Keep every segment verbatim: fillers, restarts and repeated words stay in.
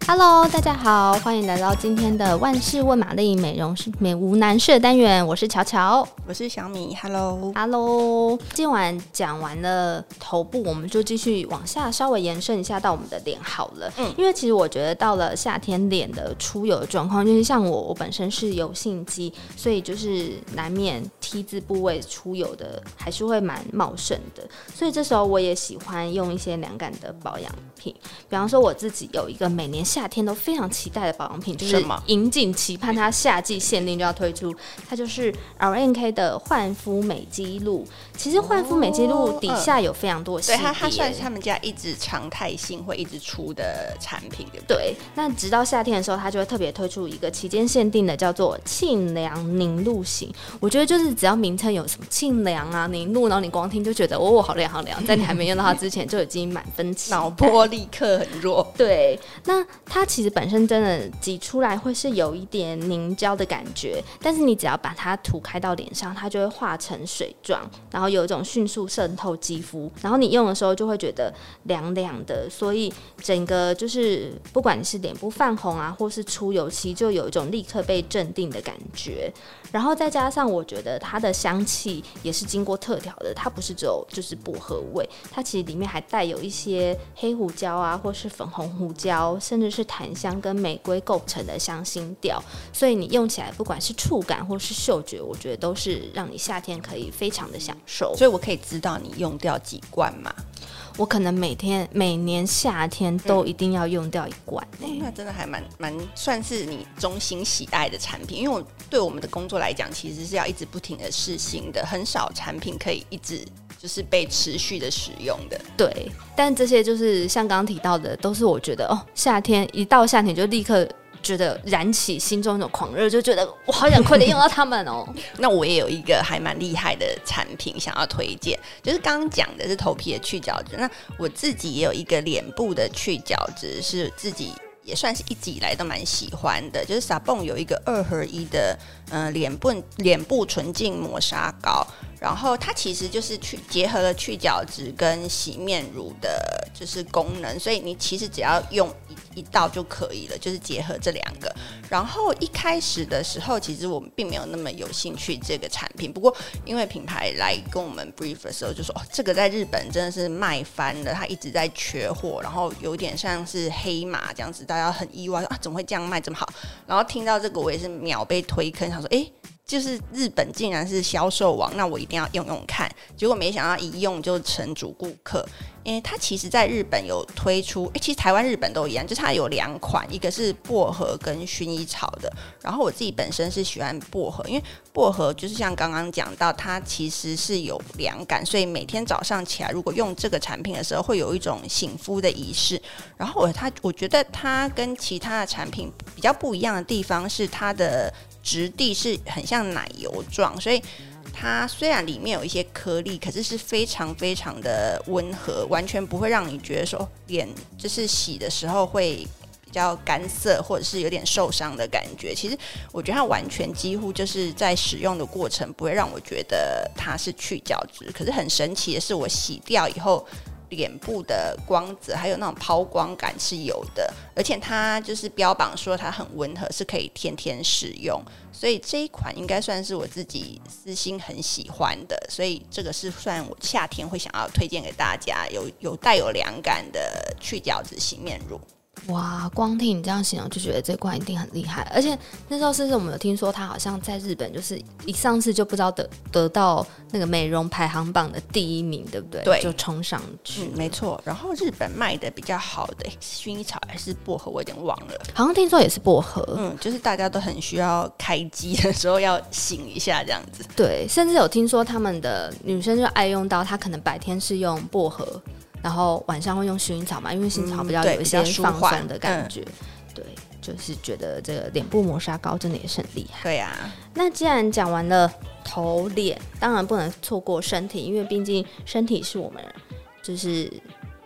Hello， 大家好，欢迎来到今天的万事问玛丽美容美无难事的单元，我是乔乔， 我是小米。 Hello Hello， 今晚讲完了头部，我们就继续往下稍微延伸一下到我们的脸好了。嗯，因为其实我觉得到了夏天脸的出油的状况，就是像我我本身是油性肌，所以就是难免 T 字部位出油的还是会蛮茂盛的，所以这时候我也喜欢用一些凉感的保养品，比方说我自己有一个每年夏天都非常期待的保养品，就是引颈期盼它夏季限定就要推出，它就是 R N K 的焕肤美肌露。其实焕肤美肌露底下有非常多系列， 对，它它算是他们家一直常态性会一直出的产品，对不对？ 对，那直到夏天的时候，它就会特别推出一个期间限定的，叫做沁凉凝露型。我觉得就是只要名称有什么沁凉啊、凝露，然后你光听就觉得哦，好凉好凉，在你还没用到它之前就已经满分期待， 脑波立刻很弱。 对，那它其实本身真的挤出来会是有一点凝胶的感觉，但是你只要把它涂开到脸上，它就会化成水状，然后有一种迅速渗透肌肤，然后你用的时候就会觉得凉凉的，所以整个就是不管你是脸部泛红啊，或是出油期，就有一种立刻被镇定的感觉。然后再加上我觉得它的香气也是经过特调的，它不是只有就是薄荷味，它其实里面还带有一些黑胡椒啊，或是粉红胡椒，甚至是檀香跟玫瑰构成的香辛调，所以你用起来不管是触感或是嗅觉，我觉得都是让你夏天可以非常的享受。 所以我可以知道你用掉几罐吗？ 我可能每天每年夏天都一定要用掉一罐、欸嗯、那真的还蛮蛮算是你衷心喜爱的产品，因为我对我们的工作来讲，其实是要一直不停的试新的，很少产品可以一直就是被持续的使用的。 对，但这些就是像刚刚提到的，都是我觉得哦，夏天一到夏天就立刻觉得燃起心中一种狂热，就觉得我好想快点用到它们哦。 那我也有一个还蛮厉害的产品想要推荐，就是刚刚讲的是头皮的去角质，那我自己也有一个脸部的去角质，是自己也算是一直以来都蛮喜欢的，就是 Sabon 有一个二合一的呃脸部脸部纯净磨砂膏，然后它其实就是去结合了去角质跟洗面乳的就是功能，所以你其实只要用一, 一道就可以了，就是结合这两个。然后一开始的时候其实我们并没有那么有兴趣这个产品，不过因为品牌来跟我们 brief 的时候就说、哦、这个在日本真的是卖翻了，它一直在缺货，然后有点像是黑马这样子，大家很意外啊，怎么会这样卖这么好。然后听到这个我也是秒被推坑，想说哎，就是日本竟然是销售王，那我一定要用用看。结果没想到一用就成主顾客，因为它其实在日本有推出，其实台湾日本都一样，就是它有两款，一个是薄荷跟薰衣草的。然后我自己本身是喜欢薄荷，因为薄荷就是像刚刚讲到，它其实是有凉感，所以每天早上起来如果用这个产品的时候，会有一种醒肤的仪式。然后我它我觉得它跟其他的产品比较不一样的地方是它的质地是很像奶油状，所以它虽然里面有一些颗粒，可是是非常非常的温和，完全不会让你觉得说脸就是洗的时候会比较干涩或者是有点受伤的感觉。其实我觉得它完全几乎就是在使用的过程不会让我觉得它是去角质，可是很神奇的是我洗掉以后脸部的光泽还有那种抛光感是有的，而且它就是标榜说它很温和，是可以天天使用，所以这一款应该算是我自己私心很喜欢的，所以这个是算我夏天会想要推荐给大家，有有带有凉感的去角质洗面乳。 哇，光听你这样形容就觉得这款一定很厉害，而且那时候是不是我们有听说他好像在日本就是一上市就不知道 得, 得到那个美容排行榜的第一名，对不对？ 对， 就冲上去、 嗯、没错。然后日本卖的比较好的薰衣草还是薄荷我有点忘了， 好像听说也是薄荷。 嗯，就是大家都很需要开机的时候要醒一下这样子。 对，甚至有听说他们的女生就爱用到她可能白天是用薄荷，然后晚上会用薰衣草嘛，因为薰衣草比较有一些放松的感觉、嗯、对，就是觉得这个脸部磨砂膏真的也是很厉害。 对啊， 那既然讲完了头脸，当然不能错过身体，因为毕竟身体是我们就是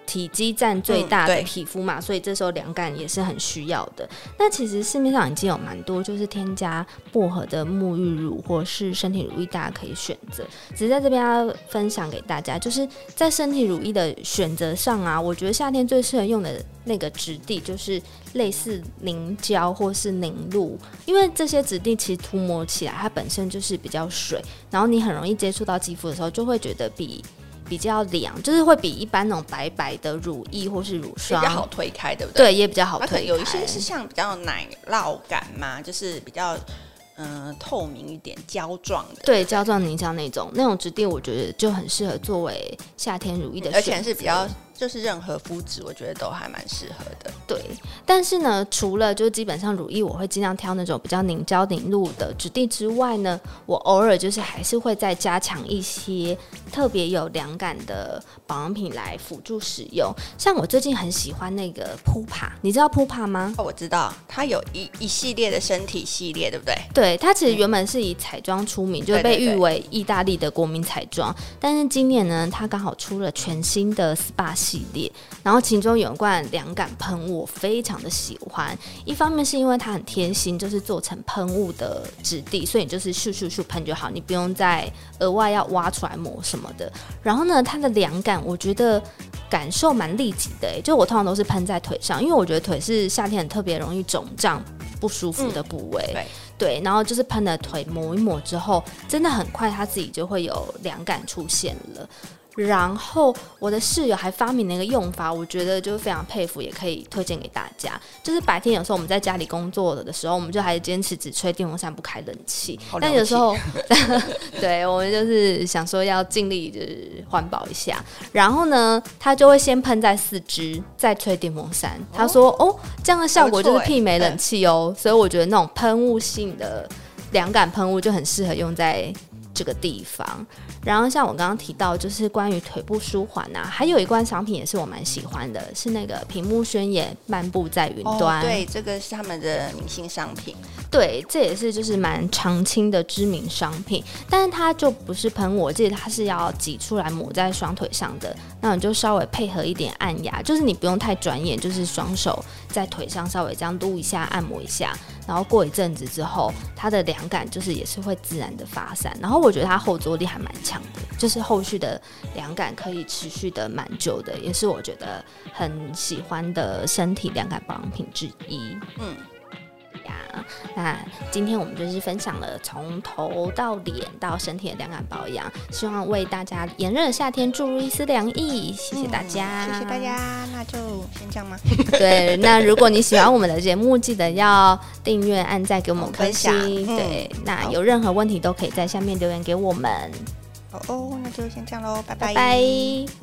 体积占最大的嗯、 皮肤嘛，所以这时候凉感也是很需要的。那其实市面上已经有蛮多就是添加薄荷的沐浴乳或是身体乳液，大家可以选择。只是在这边要分享给大家，就是在身体乳液的选择上啊，我觉得夏天最适合用的那个质地就是类似凝胶或是凝露，因为这些质地其实涂抹起来它本身就是比较水，然后你很容易接触到肌肤的时候就会觉得比比较凉，就是会比一般那种白白的乳液或是乳霜比较好推开，对不对？ 对，也比较好推开。 有一些是像比较奶酪感嘛，就是比较嗯、呃、透明一点胶状的， 对，胶状凝胶那种那种质地，我觉得就很适合作为夏天乳液的选择， 而且是比较就是任何肤质，我觉得都还蛮适合的。 对，但是呢，除了就基本上乳液，我会尽量挑那种比较凝胶凝露的质地之外呢，我偶尔就是还是会再加强一些特别有凉感的保养品来辅助使用。像我最近很喜欢那个扑帕，你知道扑帕吗？ 哦，我知道，它有一一系列的身体系列，对不对？ 对，它其实原本是以彩妆出名，嗯、就是被誉为意大利的国民彩妆。但是今年呢，它刚好出了全新的 S P A 系列，然后其中有一罐凉感喷雾，我非常的喜欢。一方面是因为它很贴心，就是做成喷雾的质地，所以你就是咻咻咻喷就好，你不用再额外要挖出来抹什么的。然后呢，它的凉感我觉得感受蛮立即的，就我通常都是喷在腿上，因为我觉得腿是夏天很特别容易肿胀不舒服的部位。嗯、对。对，然后就是喷了腿抹一抹之后，真的很快它自己就会有凉感出现了。然后我的室友还发明了一个用法，我觉得就非常佩服，也可以推荐给大家。就是白天有时候我们在家里工作的时候，我们就还是坚持只吹电风扇不开冷气，但有时候对，我们就是想说要尽力就是环保一下。然后呢，他就会先喷在四肢，再吹电风扇。他说哦，这样的效果就是媲美冷气哦。所以我觉得那种喷雾性的凉感喷雾就很适合用在这个地方。然后像我刚刚提到就是关于腿部舒缓啊，还有一罐商品也是我蛮喜欢的，是那个屏幕宣言漫步在云端。 哦，对，这个是他们的明星商品。 对，这也是就是蛮常青的知名商品，但是它就不是喷雾，我记得它是要挤出来抹在双腿上的，那你就稍微配合一点按压，就是你不用太专业，就是双手在腿上稍微这样撸一下按摩一下，然后过一阵子之后，它的凉感就是也是会自然的发散，然后我觉得它后坐力还蛮强的，就是后续的凉感可以持续的蛮久的，也是我觉得很喜欢的身体凉感保养品之一。嗯。那今天我们就是分享了从头到脸到身体的凉感保养，希望为大家炎热的夏天注入一丝凉意。谢谢大家、 嗯、谢谢大家，那就先这样吗？ 对，那如果你喜欢我们的节目，记得要订阅按赞给我们分享、嗯、对，那有任何问题都可以在下面留言给我们。 哦哦，那就先这样咯，拜拜。 拜拜。